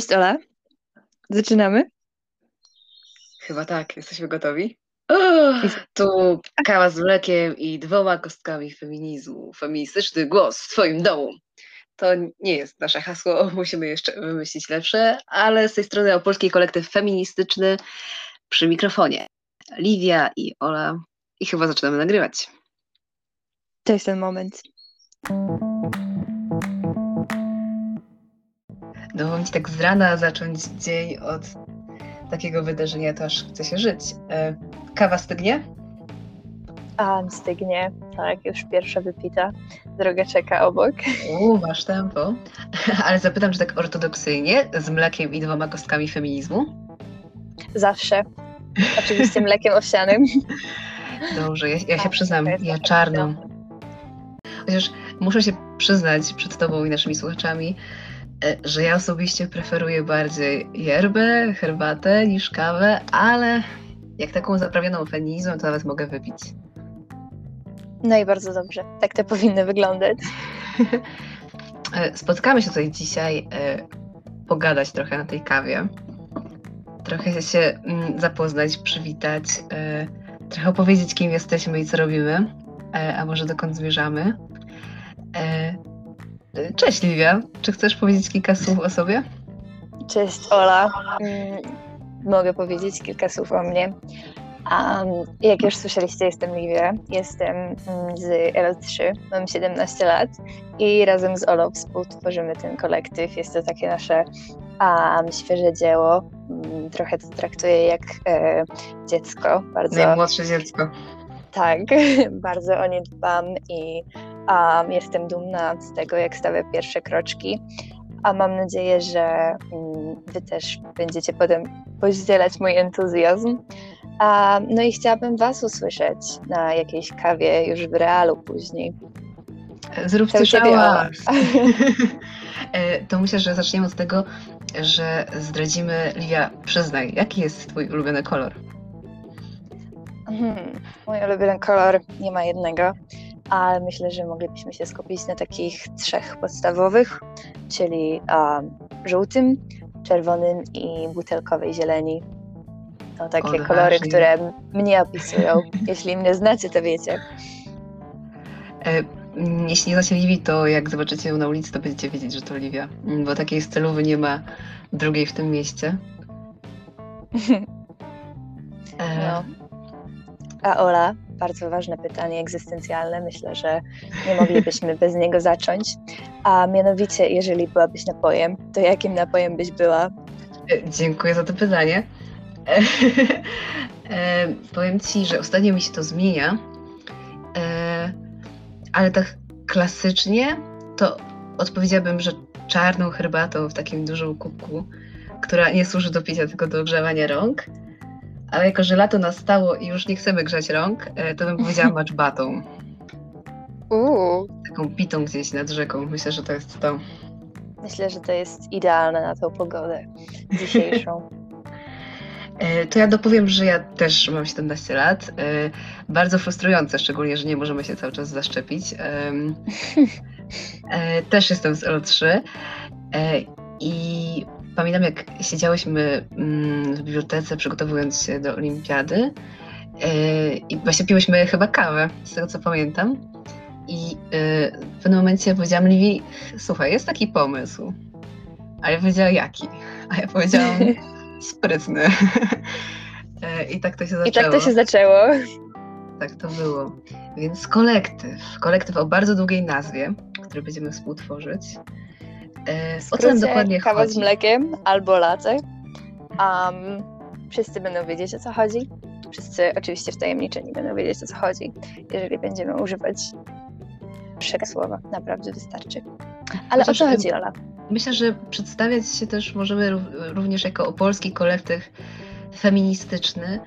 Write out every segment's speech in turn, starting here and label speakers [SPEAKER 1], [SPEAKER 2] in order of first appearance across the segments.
[SPEAKER 1] Cześć Ola, zaczynamy?
[SPEAKER 2] Chyba tak, jesteśmy gotowi?
[SPEAKER 1] Jest-
[SPEAKER 2] Tu kawa z mlekiem i 2 kostkami feminizmu. Feministyczny głos w twoim domu. To nie jest nasze hasło, musimy jeszcze wymyślić lepsze, ale z tej strony Opolski Kolektyw Feministyczny przy mikrofonie. Lidia i Ola. I chyba zaczynamy nagrywać.
[SPEAKER 1] To jest ten moment.
[SPEAKER 2] No mam ci tak z rana zacząć dzień od takiego wydarzenia, to aż chce się żyć. Kawa stygnie?
[SPEAKER 1] A, stygnie, tak, już pierwsza wypita. Droga czeka obok.
[SPEAKER 2] Masz tempo. Ale zapytam, czy tak ortodoksyjnie, z mlekiem i 2 kostkami feminizmu?
[SPEAKER 1] Zawsze. Oczywiście mlekiem owsianym.
[SPEAKER 2] Dobrze, ja się
[SPEAKER 1] Tak,
[SPEAKER 2] przyznam,
[SPEAKER 1] to jest
[SPEAKER 2] ja
[SPEAKER 1] taka
[SPEAKER 2] czarną.
[SPEAKER 1] opcja.
[SPEAKER 2] Chociaż muszę się przyznać przed tobą i naszymi słuchaczami, że ja osobiście preferuję bardziej yerbę, herbatę niż kawę, ale jak taką zaprawioną feminizmem, to nawet mogę wypić.
[SPEAKER 1] No i bardzo dobrze. Tak to powinno wyglądać.
[SPEAKER 2] Spotkamy się tutaj dzisiaj pogadać trochę na tej kawie. Trochę się zapoznać, przywitać, trochę opowiedzieć, kim jesteśmy i co robimy, a może dokąd zmierzamy. Cześć Liwia, czy chcesz powiedzieć kilka słów o sobie?
[SPEAKER 1] Cześć Ola. Mogę powiedzieć kilka słów o mnie. Jak już słyszeliście, jestem Liwia, jestem z LO3, mam 17 lat i razem z Olą współtworzymy ten kolektyw. Jest to takie nasze świeże dzieło. Trochę to traktuję jak dziecko. Bardzo,
[SPEAKER 2] Najmłodsze dziecko.
[SPEAKER 1] tak, bardzo o nie dbam i jestem dumna z tego, jak stawię pierwsze kroczki. A mam nadzieję, że wy też będziecie potem podzielać mój entuzjazm. No i chciałabym was usłyszeć na jakiejś kawie już w realu później.
[SPEAKER 2] Zrób
[SPEAKER 1] To u
[SPEAKER 2] coś
[SPEAKER 1] ciebie, Ola.
[SPEAKER 2] hałas. To myślę, że zaczniemy od tego, że zdradzimy. Liwia, przyznaj, jaki jest twój ulubiony kolor?
[SPEAKER 1] Mój ulubiony kolor nie ma jednego, ale myślę, że moglibyśmy się skupić na takich 3 podstawowych, czyli żółtym, czerwonym i butelkowej zieleni. To takie
[SPEAKER 2] Odważnie.
[SPEAKER 1] kolory, które mnie opisują. Jeśli mnie znacie, to wiecie.
[SPEAKER 2] Jeśli nie znacie Liwii, to jak zobaczycie ją na ulicy, to będziecie wiedzieć, że to Liwia, bo takiej stylowy nie ma drugiej w tym mieście.
[SPEAKER 1] No. A Ola, bardzo ważne pytanie egzystencjalne, myślę, że nie moglibyśmy bez niego zacząć. A mianowicie, jeżeli byłabyś napojem, to jakim napojem byś była?
[SPEAKER 2] Dziękuję za to pytanie. Powiem ci, że ostatnio mi się to zmienia, ale tak klasycznie to odpowiedziałabym, że czarną herbatą w takim dużym kubku, która nie służy do picia, tylko do ogrzewania rąk. Ale jako, że lato nastało i już nie chcemy grzać rąk, to bym powiedziała matchbatą. Taką pitą gdzieś nad rzeką. Myślę, że to jest to.
[SPEAKER 1] Myślę, że to jest idealne na tą pogodę dzisiejszą.
[SPEAKER 2] To ja dopowiem, że ja też mam 17 lat. Bardzo frustrujące, szczególnie, że nie możemy się cały czas zaszczepić. Też jestem z LO3 i pamiętam, jak siedziałyśmy w bibliotece, przygotowując się do olimpiady i właśnie piłyśmy chyba kawę, z tego co pamiętam. I w pewnym momencie powiedziałam Liwii, słuchaj, jest taki pomysł. A ja powiedziała, jaki? A ja powiedziałam, sprytny. I tak to się zaczęło.
[SPEAKER 1] I tak to się zaczęło.
[SPEAKER 2] Tak to było. Więc kolektyw o bardzo długiej nazwie, który będziemy współtworzyć. O co nam dokładnie
[SPEAKER 1] kawa
[SPEAKER 2] chodzi?
[SPEAKER 1] z mlekiem albo latte. Wszyscy będą wiedzieć, o co chodzi. Wszyscy oczywiście wtajemniczeni będą wiedzieć, o co chodzi. Jeżeli będziemy używać pierwszego słowa, naprawdę wystarczy. Ale
[SPEAKER 2] Chociaż
[SPEAKER 1] o co chodzi, Ola?
[SPEAKER 2] Myślę, że przedstawiać się też możemy również jako opolski kolektyw feministyczny.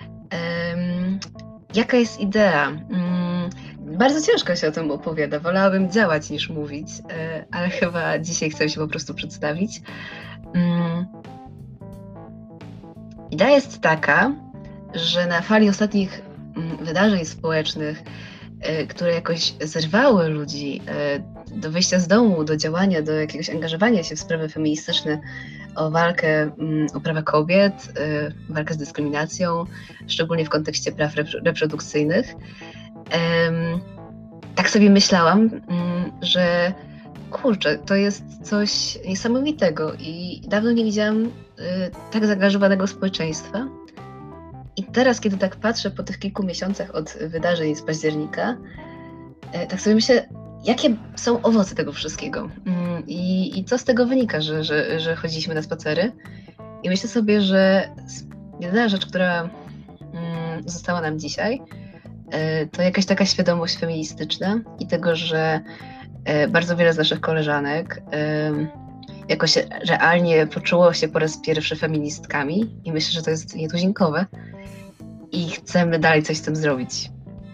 [SPEAKER 2] Jaka jest idea? Bardzo ciężko się o tym opowiada. Wolałabym działać niż mówić, ale chyba dzisiaj chcę się po prostu przedstawić. Idea jest taka, że na fali ostatnich wydarzeń społecznych które jakoś zerwały ludzi do wyjścia z domu, do działania, do jakiegoś angażowania się w sprawy feministyczne, o walkę o prawa kobiet, walkę z dyskryminacją, szczególnie w kontekście praw reprodukcyjnych. Tak sobie myślałam, że kurczę, to jest coś niesamowitego i dawno nie widziałam tak zaangażowanego społeczeństwa. I teraz, kiedy tak patrzę po tych kilku miesiącach od wydarzeń z października, tak sobie myślę, jakie są owoce tego wszystkiego i co z tego wynika, że chodziliśmy na spacery. I myślę sobie, że jedyna rzecz, która została nam dzisiaj, to jakaś taka świadomość feministyczna i tego, że bardzo wiele z naszych koleżanek jakoś realnie poczuło się po raz pierwszy feministkami i myślę, że to jest nietuzinkowe i chcemy dalej coś z tym zrobić.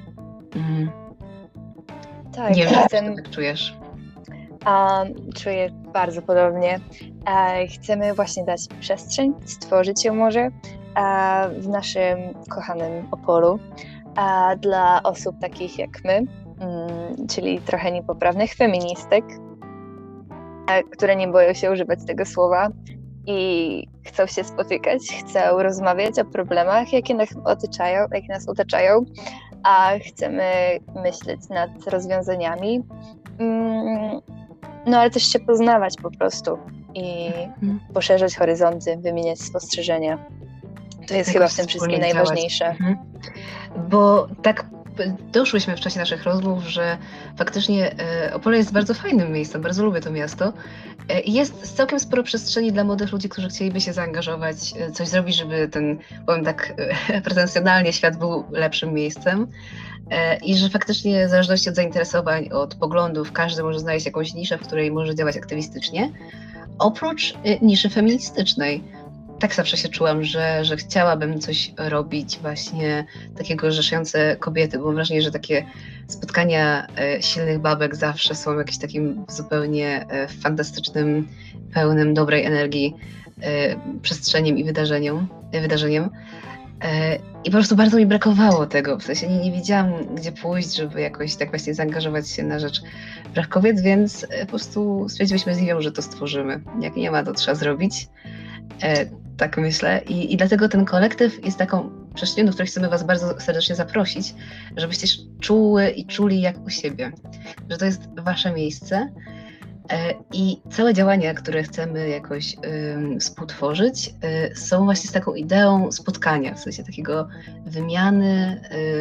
[SPEAKER 1] Tak,
[SPEAKER 2] nie wiem, jak tak czujesz.
[SPEAKER 1] Czuję bardzo podobnie. Chcemy właśnie dać przestrzeń, stworzyć ją może w naszym kochanym Opolu dla osób takich jak my, czyli trochę niepoprawnych feministek, które nie boją się używać tego słowa i chcą się spotykać, chcą rozmawiać o problemach, jakie nas otaczają, a chcemy myśleć nad rozwiązaniami, no ale też się poznawać po prostu i poszerzać horyzonty, wymieniać spostrzeżenia. To jest chyba w tym wszystkim najważniejsze.
[SPEAKER 2] Bo tak doszłyśmy w czasie naszych rozmów, że faktycznie Opole jest bardzo fajnym miejscem, bardzo lubię to miasto. Jest całkiem sporo przestrzeni dla młodych ludzi, którzy chcieliby się zaangażować, coś zrobić, żeby ten, powiem tak pretensjonalnie, świat był lepszym miejscem. I że faktycznie w zależności od zainteresowań, od poglądów, każdy może znaleźć jakąś niszę, w której może działać aktywistycznie, oprócz niszy feministycznej. Tak zawsze się czułam, że chciałabym coś robić właśnie takiego rzeszujące kobiety, bo mam wrażenie, że takie spotkania silnych babek zawsze są jakimś takim zupełnie fantastycznym, pełnym dobrej energii przestrzeniem i wydarzeniem. I po prostu bardzo mi brakowało tego, w sensie nie wiedziałam, gdzie pójść, żeby jakoś tak właśnie zaangażować się na rzecz praw kobiet, więc po prostu stwierdziłyśmy z Iwią, że to stworzymy. Jak nie ma, to trzeba zrobić. Tak myślę. I dlatego ten kolektyw jest taką przestrzenią, do której chcemy Was bardzo serdecznie zaprosić, żebyście czuły i czuli jak u siebie, że to jest Wasze miejsce i całe działania, które chcemy jakoś współtworzyć, są właśnie z taką ideą spotkania, w sensie takiego wymiany,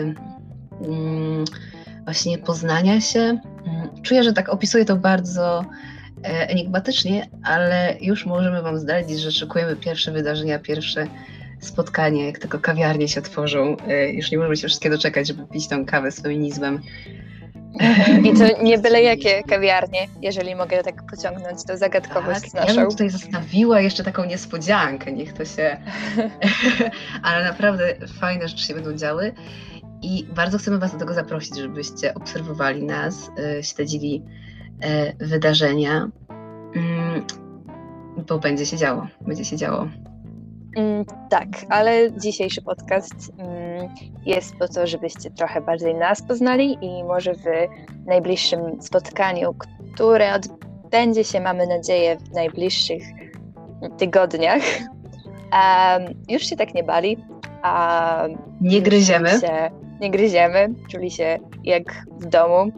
[SPEAKER 2] właśnie poznania się. Czuję, że tak opisuję to bardzo enigmatycznie, ale już możemy Wam zdradzić, że szykujemy pierwsze wydarzenia, pierwsze spotkanie, jak tylko kawiarnie się otworzą. Już nie możemy się wszystkie doczekać, żeby pić tą kawę z feminizmem.
[SPEAKER 1] I to nie byle jakie kawiarnie, jeżeli mogę tak pociągnąć tą zagadkowość naszą.
[SPEAKER 2] Ja bym tutaj zostawiła jeszcze taką niespodziankę, niech to się... Ale naprawdę fajne rzeczy się będą działy i bardzo chcemy Was do tego zaprosić, żebyście obserwowali nas, śledzili wydarzenia, bo będzie się działo.
[SPEAKER 1] Tak, ale dzisiejszy podcast jest po to, żebyście trochę bardziej nas poznali i może w najbliższym spotkaniu, które odbędzie się, mamy nadzieję, w najbliższych tygodniach, już się tak nie bali.
[SPEAKER 2] Nie
[SPEAKER 1] gryziemy, czuli się jak w domu.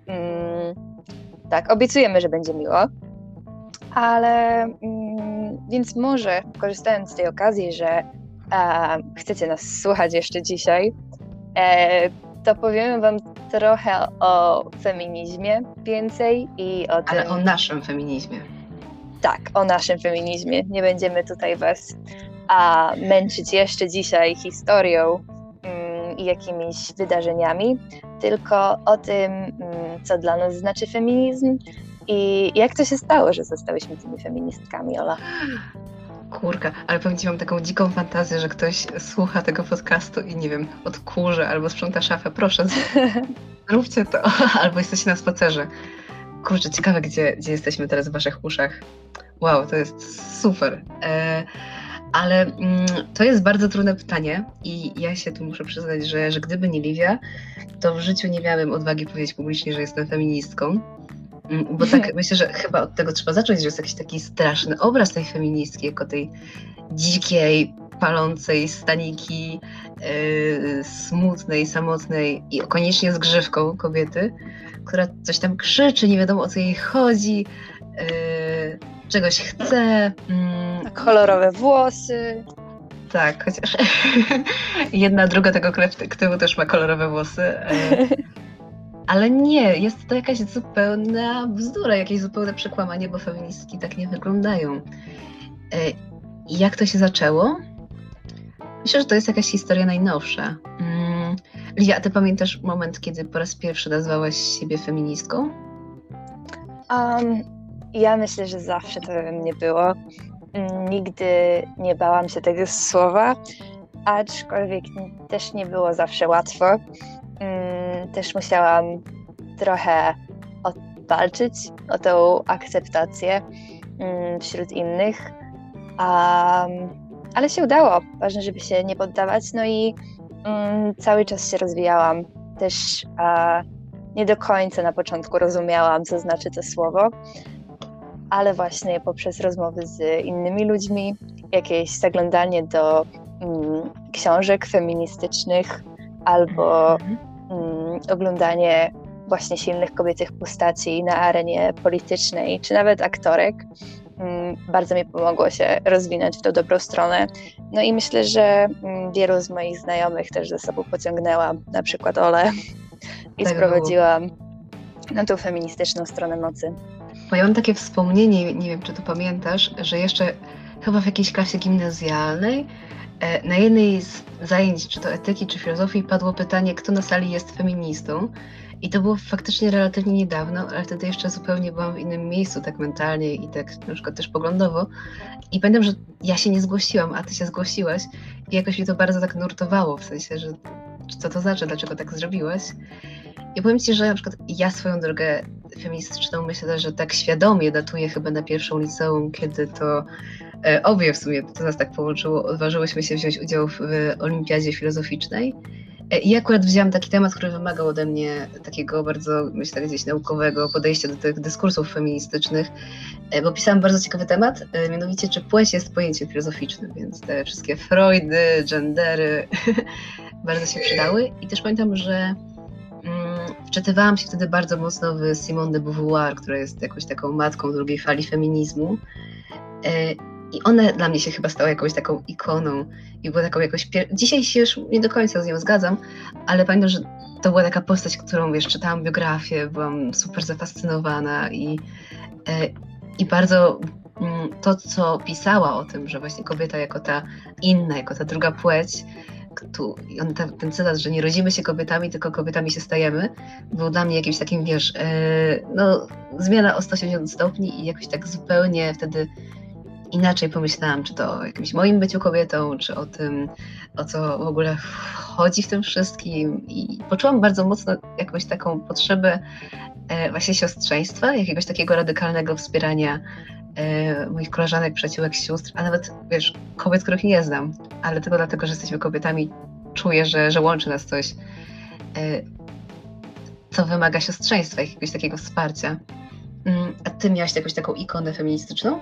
[SPEAKER 1] Tak, obiecujemy, że będzie miło, ale więc może korzystając z tej okazji, że chcecie nas słuchać jeszcze dzisiaj, to powiemy Wam trochę o feminizmie więcej i o tym...
[SPEAKER 2] Ale o naszym feminizmie.
[SPEAKER 1] Tak, o naszym feminizmie. Nie będziemy tutaj Was męczyć jeszcze dzisiaj historią i jakimiś wydarzeniami, tylko o tym, co dla nas znaczy feminizm i jak to się stało, że zostałyśmy tymi feministkami, Ola.
[SPEAKER 2] Kurka, ale powiem Ci, mam taką dziką fantazję, że ktoś słucha tego podcastu i nie wiem, odkurzy albo sprząta szafę. Proszę, zróbcie to. Albo jesteście na spacerze. Kurczę, ciekawe, gdzie jesteśmy teraz w Waszych uszach. Wow, to jest super. Ale to jest bardzo trudne pytanie i ja się tu muszę przyznać, że gdyby nie Livia, to w życiu nie miałabym odwagi powiedzieć publicznie, że jestem feministką. Bo tak myślę, że chyba od tego trzeba zacząć, że jest jakiś taki straszny obraz tej feministki, jako tej dzikiej, palącej staniki, smutnej, samotnej i koniecznie z grzywką kobiety, która coś tam krzyczy, nie wiadomo o co jej chodzi, czegoś chce.
[SPEAKER 1] Kolorowe włosy.
[SPEAKER 2] Tak, chociaż jedna druga tego kolektywu też ma kolorowe włosy. Ale nie, jest to jakaś zupełna bzdura, jakieś zupełne przekłamanie, bo feministki tak nie wyglądają. I jak to się zaczęło? Myślę, że to jest jakaś historia najnowsza. Livia, a ty pamiętasz moment, kiedy po raz pierwszy nazwałaś siebie feministką?
[SPEAKER 1] Ja myślę, że zawsze to we mnie było. Nigdy nie bałam się tego słowa, aczkolwiek też nie było zawsze łatwo. Też musiałam trochę walczyć o tą akceptację wśród innych, ale się udało. Ważne, żeby się nie poddawać, no i cały czas się rozwijałam. Też nie do końca na początku rozumiałam, co znaczy to słowo, ale właśnie poprzez rozmowy z innymi ludźmi, jakieś zaglądanie do książek feministycznych albo oglądanie właśnie silnych kobiecych postaci na arenie politycznej, czy nawet aktorek, bardzo mi pomogło się rozwinąć w tą dobrą stronę. No i myślę, że wielu z moich znajomych też ze sobą pociągnęłam, na przykład Olę, i
[SPEAKER 2] Tak
[SPEAKER 1] sprowadziłam na tą feministyczną stronę mocy.
[SPEAKER 2] Bo ja mam takie wspomnienie, nie wiem czy to pamiętasz, że jeszcze chyba w jakiejś klasie gimnazjalnej na jednej z zajęć, czy to etyki, czy filozofii, padło pytanie, kto na sali jest feministą. I to było faktycznie relatywnie niedawno, ale wtedy jeszcze zupełnie byłam w innym miejscu, tak mentalnie i tak na przykład też poglądowo. I pamiętam, że ja się nie zgłosiłam, a ty się zgłosiłaś. I jakoś mnie to bardzo tak nurtowało, w sensie, że co to znaczy, dlaczego tak zrobiłaś. I powiem ci, że na przykład ja swoją drogę feministyczną myślę, że tak świadomie datuję chyba na pierwszą liceum, kiedy to obie w sumie, to nas tak połączyło, odważyłyśmy się wziąć udział w olimpiadzie filozoficznej. I akurat wzięłam taki temat, który wymagał ode mnie takiego bardzo, myślę, gdzieś naukowego podejścia do tych dyskursów feministycznych, bo pisałam bardzo ciekawy temat, mianowicie czy płeć jest pojęciem filozoficznym, więc te wszystkie Freudy, gendery bardzo się przydały. I też pamiętam, że wczytywałam się wtedy bardzo mocno w Simone de Beauvoir, która jest jakąś taką matką drugiej fali feminizmu. I ona dla mnie się chyba stała jakąś taką ikoną i była taką jakoś... Dzisiaj się już nie do końca z nią zgadzam, ale pamiętam, że to była taka postać, którą wiesz, czytałam biografię, byłam super zafascynowana i bardzo to, co pisała o tym, że właśnie kobieta jako ta inna, jako ta druga płeć, i ten cytat, że nie rodzimy się kobietami, tylko kobietami się stajemy, był dla mnie jakimś takim, wiesz, zmiana o 180 stopni i jakoś tak zupełnie wtedy inaczej pomyślałam, czy to o jakimś moim byciu kobietą, czy o tym, o co w ogóle chodzi w tym wszystkim. I poczułam bardzo mocno jakąś taką potrzebę właśnie siostrzeństwa, jakiegoś takiego radykalnego wspierania moich koleżanek, przyjaciółek, sióstr, a nawet, wiesz, kobiet, których nie znam, ale tylko dlatego, że jesteśmy kobietami, czuję, że łączy nas coś, co wymaga siostrzeństwa, jakiegoś takiego wsparcia. A ty miałaś jakąś taką ikonę feministyczną?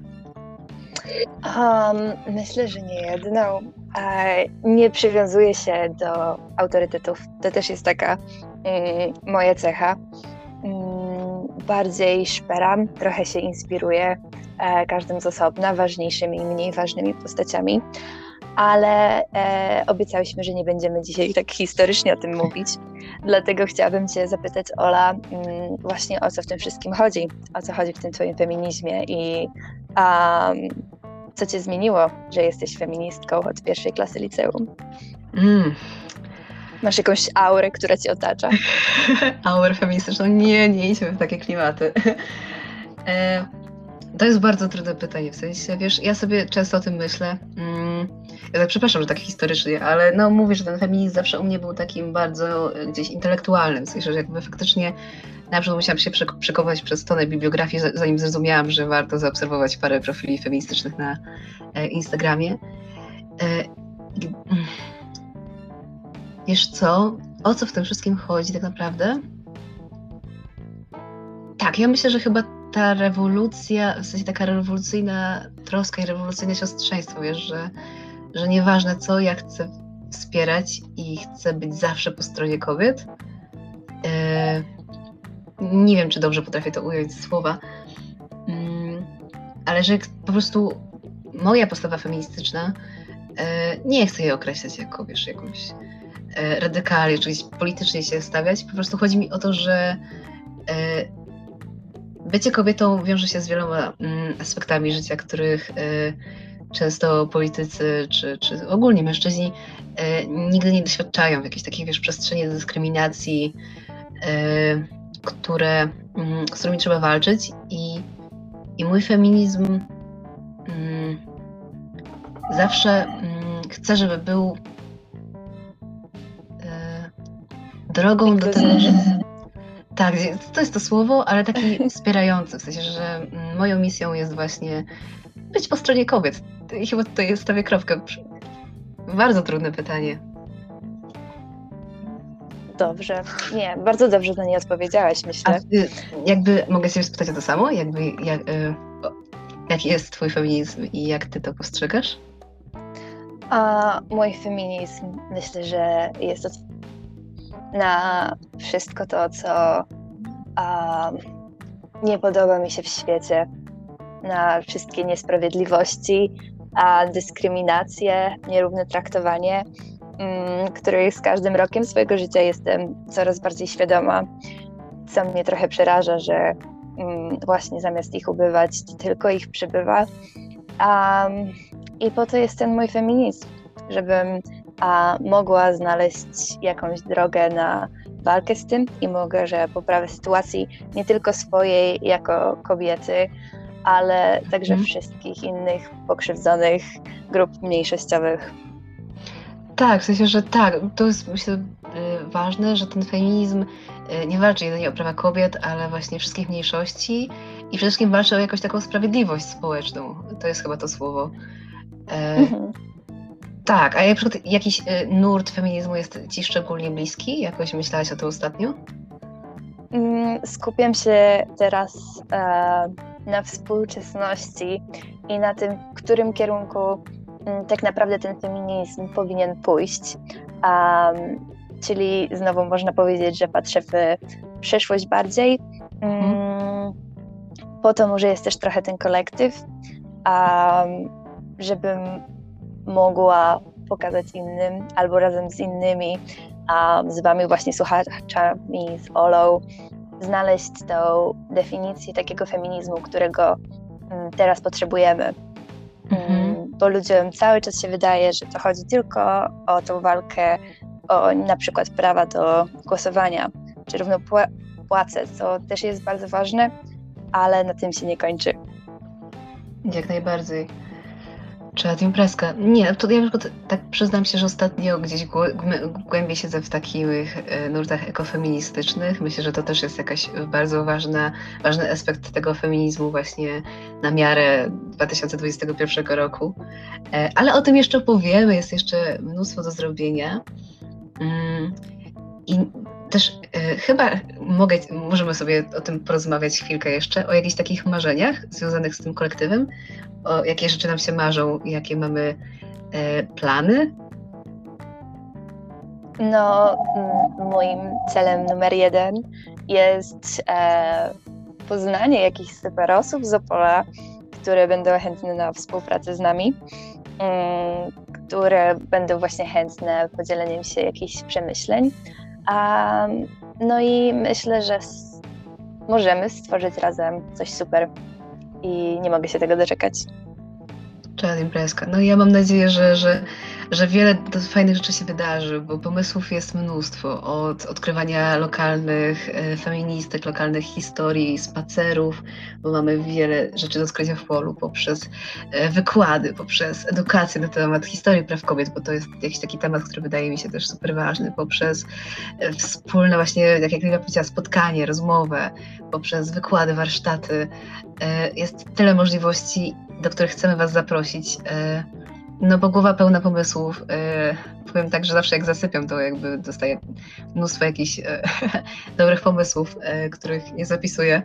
[SPEAKER 1] Myślę, że nie jedną. Nie przywiązuję się do autorytetów. To też jest taka moja cecha. Bardziej szperam, trochę się inspiruję każdym z osobna, ważniejszymi i mniej ważnymi postaciami, ale obiecałyśmy, że nie będziemy dzisiaj tak historycznie o tym mówić. Dlatego chciałabym cię zapytać, Ola, właśnie o co w tym wszystkim chodzi, o co chodzi w tym twoim feminizmie i co cię zmieniło, że jesteś feministką od pierwszej klasy liceum? Masz jakąś aurę, która cię otacza?
[SPEAKER 2] Aurę feministyczną? Nie idźmy w takie klimaty. To jest bardzo trudne pytanie, w sensie, wiesz, ja sobie często o tym myślę. Ja tak przepraszam, że tak historycznie, ale no mówię, że ten feminizm zawsze u mnie był takim bardzo gdzieś intelektualnym, w sensie, że jakby faktycznie na przykład musiałam się przekonać przez tonę bibliografii, zanim zrozumiałam, że warto zaobserwować parę profili feministycznych na Instagramie. Wiesz co? O co w tym wszystkim chodzi tak naprawdę? Tak, ja myślę, że chyba ta rewolucja, w sensie taka rewolucyjna troska i rewolucyjne siostrzeństwo, wiesz, że nieważne co, ja chcę wspierać i chcę być zawsze po stronie kobiet. Nie wiem, czy dobrze potrafię to ująć w słowa, ale że po prostu moja postawa feministyczna, nie chcę jej określać jako, wiesz, jakąś radykalnie, czy politycznie się stawiać. Po prostu chodzi mi o to, że bycie kobietą wiąże się z wieloma aspektami życia, których często politycy, czy ogólnie mężczyźni nigdy nie doświadczają w jakiejś takiej, wiesz, przestrzeni dyskryminacji, z którymi trzeba walczyć. I mój feminizm zawsze chcę, żeby był drogą do tego, że... Tak, to jest to słowo, ale taki wspierający, w sensie, że moją misją jest właśnie być po stronie kobiet. I chyba tutaj stawię kropkę. Bardzo trudne pytanie.
[SPEAKER 1] Dobrze. Nie, bardzo dobrze na nie odpowiedziałaś, myślę.
[SPEAKER 2] Jakby mogę cię spytać o to samo? Jaki jest twój feminizm i jak ty to postrzegasz?
[SPEAKER 1] Mój feminizm myślę, że jest na wszystko to, co nie podoba mi się w świecie, na wszystkie niesprawiedliwości, dyskryminację, nierówne traktowanie, której z każdym rokiem swojego życia jestem coraz bardziej świadoma, co mnie trochę przeraża, że właśnie zamiast ich ubywać, to tylko ich przybywa. I po to jest ten mój feminizm, żebym mogła znaleźć jakąś drogę na walkę z tym i mogę, że poprawę sytuacji nie tylko swojej jako kobiety, ale także wszystkich innych pokrzywdzonych grup mniejszościowych.
[SPEAKER 2] Tak, w sensie, że tak, to jest myślę ważne, że ten feminizm nie walczy jedynie o prawa kobiet, ale właśnie wszystkich mniejszości i przede wszystkim walczy o jakąś taką sprawiedliwość społeczną. To jest chyba to słowo. Tak, a jakiś nurt feminizmu jest ci szczególnie bliski? Jakoś myślałaś o tym ostatnio?
[SPEAKER 1] Skupiam się teraz na współczesności i na tym, w którym kierunku tak naprawdę ten feminizm powinien pójść. Czyli znowu można powiedzieć, że patrzę w przyszłość bardziej. Po to może jest też trochę ten kolektyw, żebym mogła pokazać innym albo razem z innymi, z wami właśnie słuchaczami, z Olą, znaleźć tą definicję takiego feminizmu, którego teraz potrzebujemy. Bo ludziom cały czas się wydaje, że to chodzi tylko o tą walkę o na przykład prawa do głosowania, czy równopłacę, co też jest bardzo ważne, ale na tym się nie kończy.
[SPEAKER 2] Jak najbardziej. Czy imprezka? Nie, to ja tak przyznam się, że ostatnio gdzieś głębiej siedzę w takich nurtach ekofeministycznych. Myślę, że to też jest jakaś bardzo ważny aspekt tego feminizmu właśnie na miarę 2021 roku. Ale o tym jeszcze opowiemy, jest jeszcze mnóstwo do zrobienia. I też chyba możemy sobie o tym porozmawiać chwilkę jeszcze, o jakichś takich marzeniach związanych z tym kolektywem, o jakie rzeczy nam się marzą, jakie mamy plany?
[SPEAKER 1] No, moim celem numer 1 jest poznanie jakichś super osób z Opola, które będą chętne na współpracę z nami, które będą właśnie chętne podzieleniem się jakichś przemyśleń. No i myślę, że możemy stworzyć razem coś super i nie mogę się tego doczekać.
[SPEAKER 2] Czad imprezka. No ja mam nadzieję, że wiele fajnych rzeczy się wydarzy, bo pomysłów jest mnóstwo. Od odkrywania lokalnych feministek, lokalnych historii, spacerów, bo mamy wiele rzeczy do odkrycia w polu, poprzez wykłady, poprzez edukację na temat historii praw kobiet, bo to jest jakiś taki temat, który wydaje mi się też super ważny, poprzez wspólne właśnie, jak Lilia powiedziała, spotkanie, rozmowę, poprzez wykłady, warsztaty. Jest tyle możliwości, do których chcemy Was zaprosić. No bo głowa pełna pomysłów. Powiem tak, że zawsze jak zasypiam, to jakby dostaję mnóstwo jakichś dobrych pomysłów, których nie zapisuję.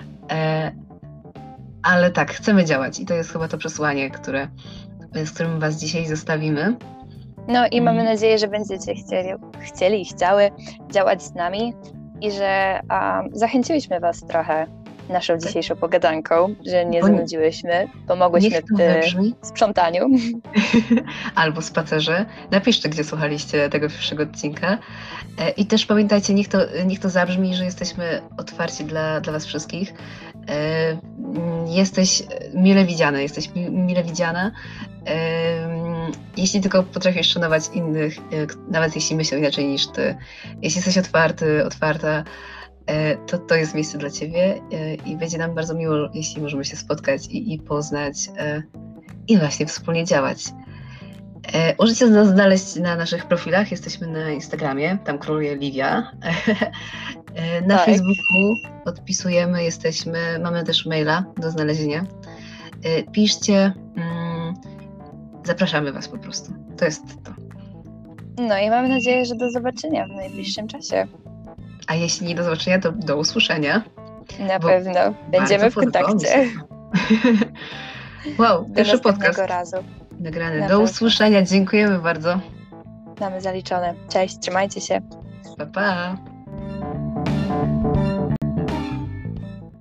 [SPEAKER 2] Ale tak, chcemy działać i to jest chyba to przesłanie, z którym Was dzisiaj zostawimy.
[SPEAKER 1] No i mamy nadzieję, że będziecie chcieli i chciały działać z nami i że zachęciliśmy Was trochę naszą dzisiejszą pogadanką, że nie zanudziłyśmy, pomogłyśmy w sprzątaniu.
[SPEAKER 2] Albo spacerze. Napiszcie, gdzie słuchaliście tego pierwszego odcinka. I też pamiętajcie, niech to zabrzmi, że jesteśmy otwarci dla Was wszystkich. Jesteś mile widziany, jesteś mile widziana. Jeśli tylko potrafisz szanować innych, nawet jeśli myślą inaczej niż ty. Jeśli jesteś otwarta, to jest miejsce dla Ciebie i będzie nam bardzo miło, jeśli możemy się spotkać i poznać i właśnie wspólnie działać. Możecie nas znaleźć na naszych profilach, jesteśmy na Instagramie, tam króluje Livia. Na Facebooku odpisujemy, mamy też maila do znalezienia. Piszcie, zapraszamy Was po prostu, to jest to.
[SPEAKER 1] No i mamy nadzieję, że do zobaczenia w najbliższym czasie.
[SPEAKER 2] A jeśli nie do zobaczenia, to do usłyszenia.
[SPEAKER 1] Na pewno. Będziemy w kontakcie.
[SPEAKER 2] Wow, pierwszy podcast
[SPEAKER 1] razu.
[SPEAKER 2] nagrany. Do usłyszenia. Dziękujemy bardzo.
[SPEAKER 1] Mamy zaliczone. Cześć, trzymajcie się.
[SPEAKER 2] Pa, pa.